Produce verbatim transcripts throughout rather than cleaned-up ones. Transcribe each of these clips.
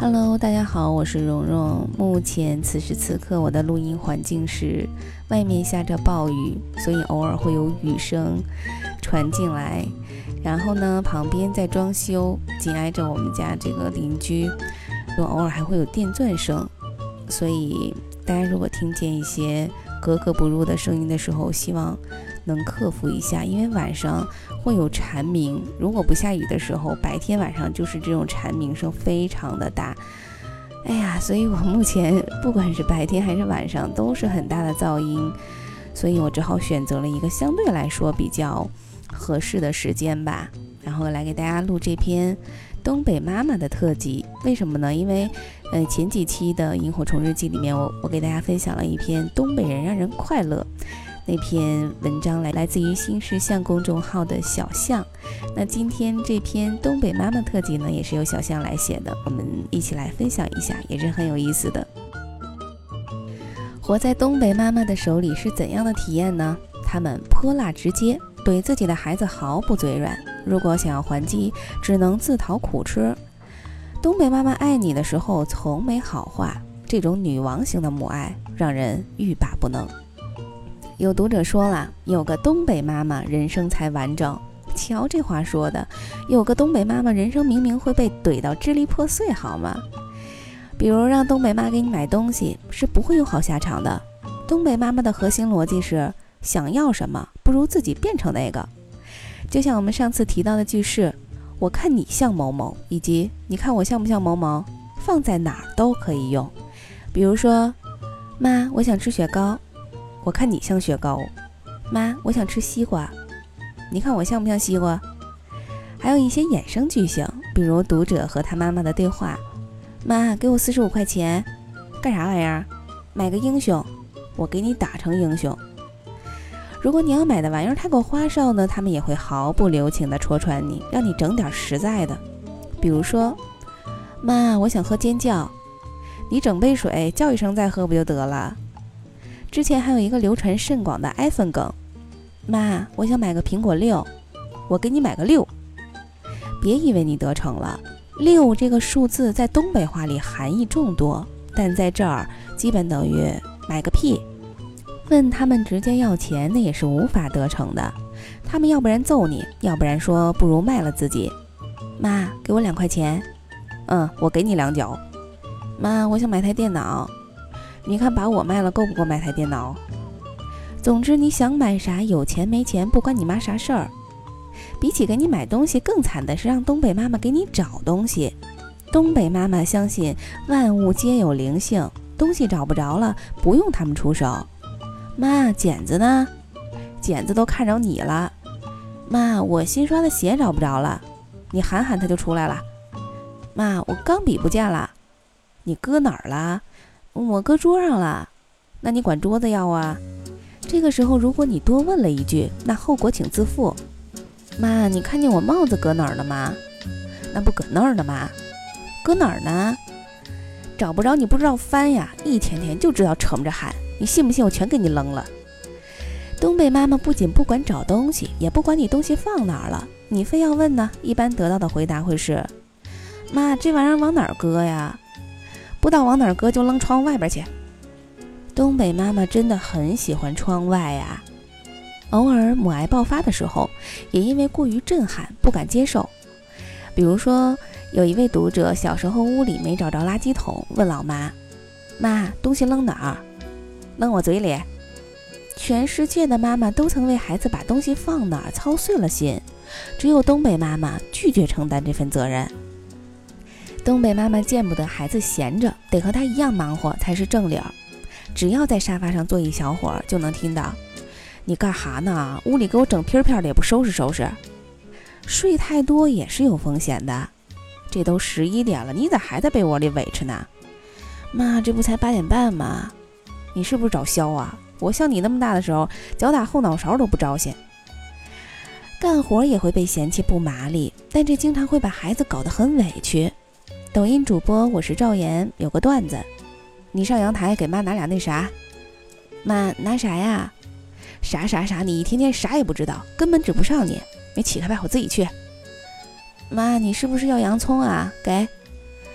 Hello， 大家好，我是蓉蓉。目前此时此刻，我的录音环境是外面下着暴雨，所以偶尔会有雨声传进来。然后呢，旁边在装修，紧挨着我们家这个邻居，偶尔还会有电钻声。所以大家如果听见一些格格不入的声音的时候，希望能克服一下，因为晚上会有蝉鸣，如果不下雨的时候，白天晚上就是这种蝉鸣声非常的大。哎呀，所以我目前不管是白天还是晚上都是很大的噪音，所以我只好选择了一个相对来说比较合适的时间吧，然后来给大家录这篇东北妈妈的特辑。为什么呢？因为呃前几期的萤火虫日记里面，我我给大家分享了一篇东北人让人快乐那篇文章，来来自于新世相公众号的小象。那今天这篇东北妈妈特辑呢，也是由小象来写的，我们一起来分享一下，也是很有意思的。活在东北妈妈的手里是怎样的体验呢？他们泼辣直接，对自己的孩子毫不嘴软，如果想要还击，只能自讨苦吃。东北妈妈爱你的时候从没好话，这种女王型的母爱让人欲罢不能。有读者说了，有个东北妈妈人生才完整。瞧这话说的，有个东北妈妈人生明明会被怼到支离破碎好吗？比如让东北妈给你买东西，是不会有好下场的。东北妈妈的核心逻辑是想要什么不如自己变成那个。就像我们上次提到的句式，我看你像某某，以及你看我像不像某某，放在哪儿都可以用。比如说，妈，我想吃雪糕，我看你像雪糕。妈，我想吃西瓜，你看我像不像西瓜。还有一些衍生句型，比如读者和他妈妈的对话，妈，给我四十五块钱，干啥玩意儿？买个英雄，我给你打成英雄。如果你要买的玩意儿太过花哨呢，他们也会毫不留情地戳穿你，让你整点实在的。比如说，妈，我想喝尖叫，你整杯水叫一声再喝不就得了。之前还有一个流传甚广的 iPhone 梗，妈，我想买个苹果六，我给你买个六。别以为你得逞了，六这个数字在东北话里含义众多，但在这儿基本等于买个屁。问他们直接要钱，那也是无法得逞的，他们要不然揍你，要不然说不如卖了自己。妈，给我两块钱，嗯，我给你两角。妈，我想买台电脑，你看把我卖了够不够买台电脑？总之你想买啥，有钱没钱不关你妈啥事儿。比起给你买东西，更惨的是让东北妈妈给你找东西。东北妈妈相信万物皆有灵性，东西找不着了不用他们出手。妈，剪子呢？剪子都看着你了。妈，我新刷的鞋找不着了，你喊喊它就出来了。妈，我钢笔不见了，你搁哪儿了？我搁桌上了。那你管桌子要啊？这个时候如果你多问了一句，那后果请自负。妈，你看见我帽子搁哪儿了吗？那不搁那儿呢吗？搁哪儿呢？找不着你不知道翻呀，一天天就知道扯着喊，你信不信我全给你扔了。东北妈妈不仅不管找东西，也不管你东西放哪儿了，你非要问呢，一般得到的回答会是，妈，这玩意儿往哪儿搁呀？不知道往哪儿搁就扔窗外边去。东北妈妈真的很喜欢窗外呀。偶尔母爱爆发的时候，也因为过于震撼不敢接受。比如说有一位读者小时候屋里没找着垃圾桶，问老妈，妈，东西扔哪儿？扔我嘴里。全世界的妈妈都曾为孩子把东西放哪儿操碎了心，只有东北妈妈拒绝承担这份责任。东北妈妈见不得孩子闲着，得和她一样忙活才是正理儿。只要在沙发上坐一小会儿，就能听到，你干哈呢？屋里给我整片片的也不收拾收拾。睡太多也是有风险的，这都十一点了，你咋还在被窝里委屈呢？妈，这不才八点半吗？你是不是找削啊？我像你那么大的时候，脚打后脑勺都不招心。干活也会被嫌弃不麻利，但这经常会把孩子搞得很委屈。抖音主播我是赵岩有个段子，你上阳台给妈拿俩那啥。妈，拿啥呀？啥啥啥，你一天天啥也不知道，根本指不上你。没起开吧，我自己去。妈，你是不是要洋葱啊？给。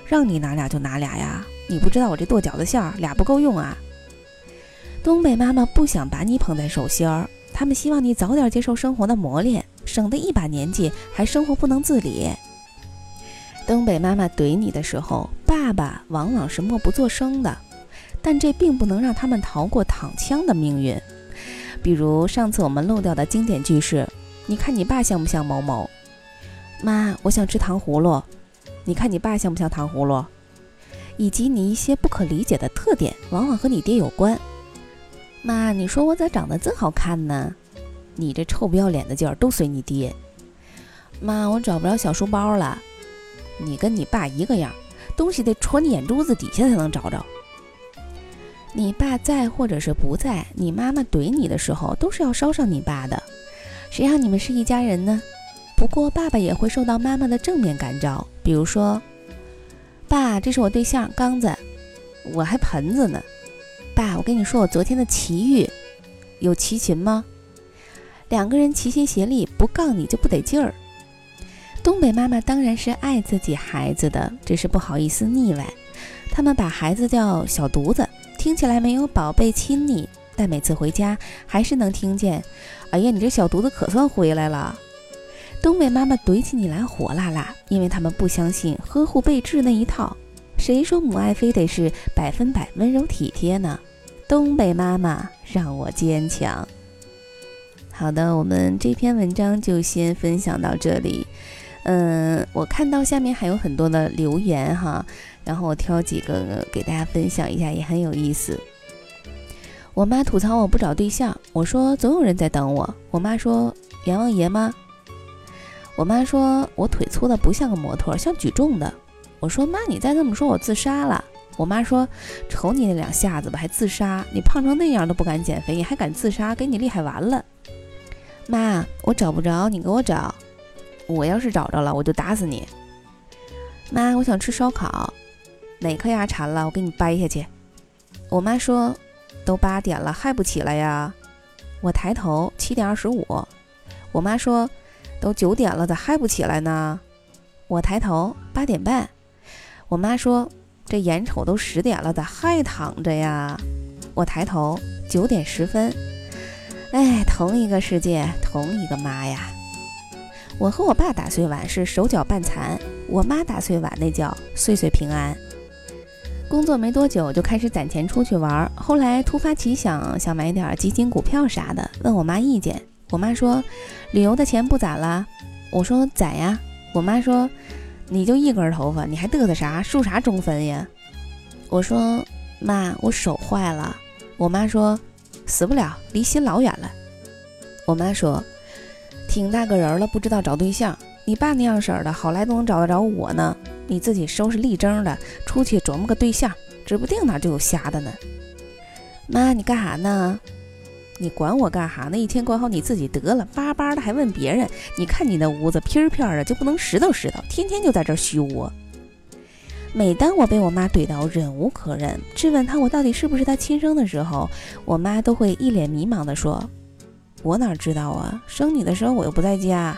让你拿俩就拿俩呀，你不知道我这剁饺子馅儿俩不够用啊。东北妈妈不想把你捧在手心儿，他们希望你早点接受生活的磨练，省得一把年纪还生活不能自理。东北妈妈怼你的时候，爸爸往往是默不作声的，但这并不能让他们逃过躺枪的命运。比如上次我们漏掉的经典句式，你看你爸像不像某某？妈，我想吃糖葫芦。你看你爸像不像糖葫芦？以及你一些不可理解的特点，往往和你爹有关。妈，你说我咋长得真好看呢？你这臭不要脸的劲儿都随你爹。妈，我找不着小书包了。你跟你爸一个样，东西得戳你眼珠子底下才能找着。你爸在或者是不在，你妈妈怼你的时候都是要捎上你爸的，谁让你们是一家人呢？不过爸爸也会受到妈妈的正面感召，比如说，爸，这是我对象刚子，我还盆子呢。爸，我跟你说我昨天的奇遇，有齐秦吗？两个人齐心协力，不杠你就不得劲儿。东北妈妈当然是爱自己孩子的，只是不好意思腻歪。他们把孩子叫小犊子，听起来没有宝贝亲昵，但每次回家还是能听见，哎呀，你这小犊子可算回来了。东北妈妈怼起你来火辣辣，因为他们不相信呵护备至那一套。谁说母爱非得是百分百温柔体贴呢？东北妈妈让我坚强。好的，我们这篇文章就先分享到这里。嗯，我看到下面还有很多的留言哈，然后我挑几个给大家分享一下，也很有意思。我妈吐槽我不找对象，我说总有人在等我。我妈说阎王爷吗？我妈说我腿粗的不像个模特，像举重的。我说妈，你再这么说我自杀了。我妈说瞅你那两下子吧，还自杀，你胖成那样都不敢减肥，你还敢自杀，给你厉害完了。妈，我找不着，你给我找，我要是找着了我就打死你。妈，我想吃烧烤，哪颗牙馋了我给你掰下去。我妈说都八点了还不起来呀？我抬头七点二十五。我妈说都九点了咋还不起来呢？我抬头八点半。我妈说这眼瞅都十点了咋还躺着呀？我抬头九点十分。哎，同一个世界同一个妈呀。我和我爸打碎碗是手脚半残，我妈打碎碗那叫岁岁平安。工作没多久就开始攒钱出去玩，后来突发奇想想买点基金股票啥的，问我妈意见。我妈说旅游的钱不攒了。我说攒呀。我妈说你就一根头发，你还嘚瑟啥，树啥中分呀？我说妈，我手坏了。我妈说死不了，离心老远了。我妈说挺大个人了不知道找对象，你爸那样式儿的好来都能找得着我呢，你自己收拾立正的出去琢磨个对象，指不定哪就有瞎的呢。妈，你干啥呢？你管我干啥呢？一天管好你自己得了，巴巴的还问别人。你看你那屋子片片的，就不能拾掇拾掇，天天就在这虚窝。每当我被我妈怼到忍无可忍，质问她我到底是不是她亲生的时候，我妈都会一脸迷茫的说，我哪知道啊，生你的时候我又不在家。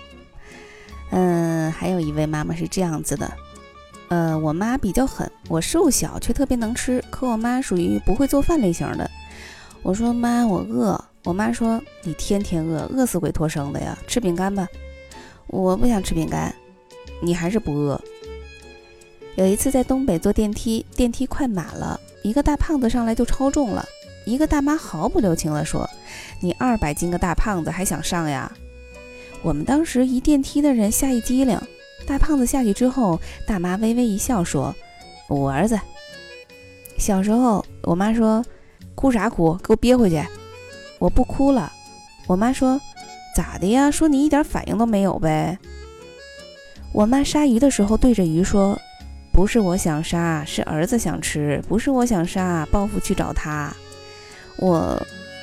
嗯，还有一位妈妈是这样子的，呃，我妈比较狠，我瘦小却特别能吃，可我妈属于不会做饭类型的。我说妈，我饿。我妈说你天天饿，饿死鬼托生的呀，吃饼干吧。我不想吃饼干。你还是不饿。有一次在东北坐电梯，电梯快满了，一个大胖子上来就超重了，一个大妈毫不留情地说，你二百斤个大胖子还想上呀？我们当时一电梯的人吓一激灵。大胖子下去之后，大妈微微一笑说，我儿子。小时候我妈说哭啥哭，给我憋回去。我不哭了。我妈说咋的呀？说你一点反应都没有呗。我妈杀鱼的时候对着鱼说，不是我想杀，是儿子想吃，不是我想杀，报复去找他。我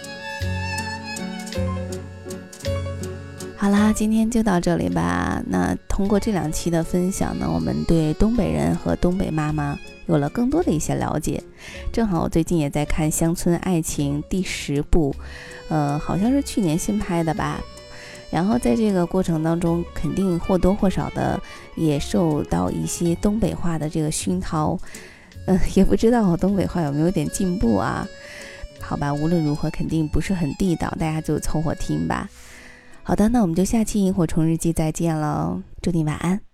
好啦，今天就到这里吧。那通过这两期的分享呢，我们对东北人和东北妈妈有了更多的一些了解。正好我最近也在看《乡村爱情》第十部，呃，好像是去年新拍的吧。 然后在这个过程当中，肯定或多或少的也受到一些东北话的这个熏陶，嗯、呃，也不知道我东北话有没有点进步啊？好吧，无论如何肯定不是很地道，大家就凑合听吧。好的，那我们就下期萤火虫日记再见喽，祝你晚安。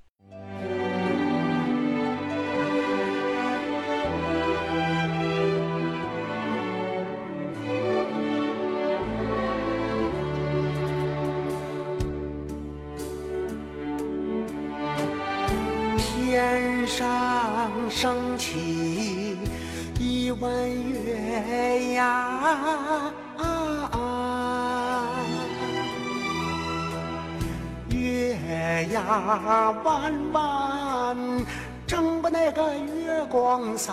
天上升起一弯月呀，月呀弯弯，正把那个月光洒。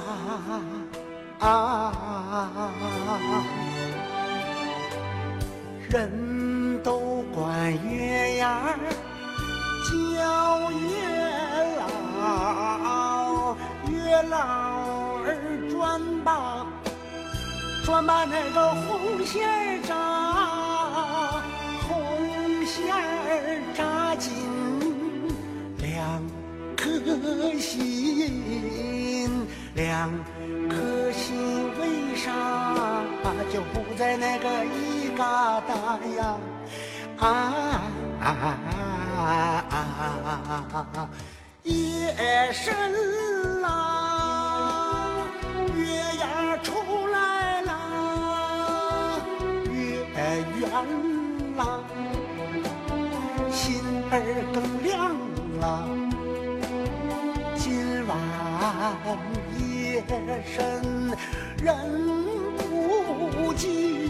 人都管月牙叫月老，月老儿转吧，转把那个红线儿扎，红线儿扎进两颗心，两颗心为啥就不在那个一疙瘩呀？啊啊啊啊！夜深啦，月牙出来啦，月圆啦，心儿更亮了。今晚夜深人不静，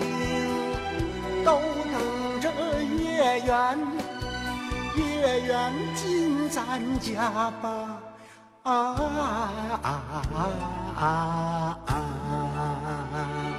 都等着月圆，月圆进咱家吧，啊啊啊啊啊！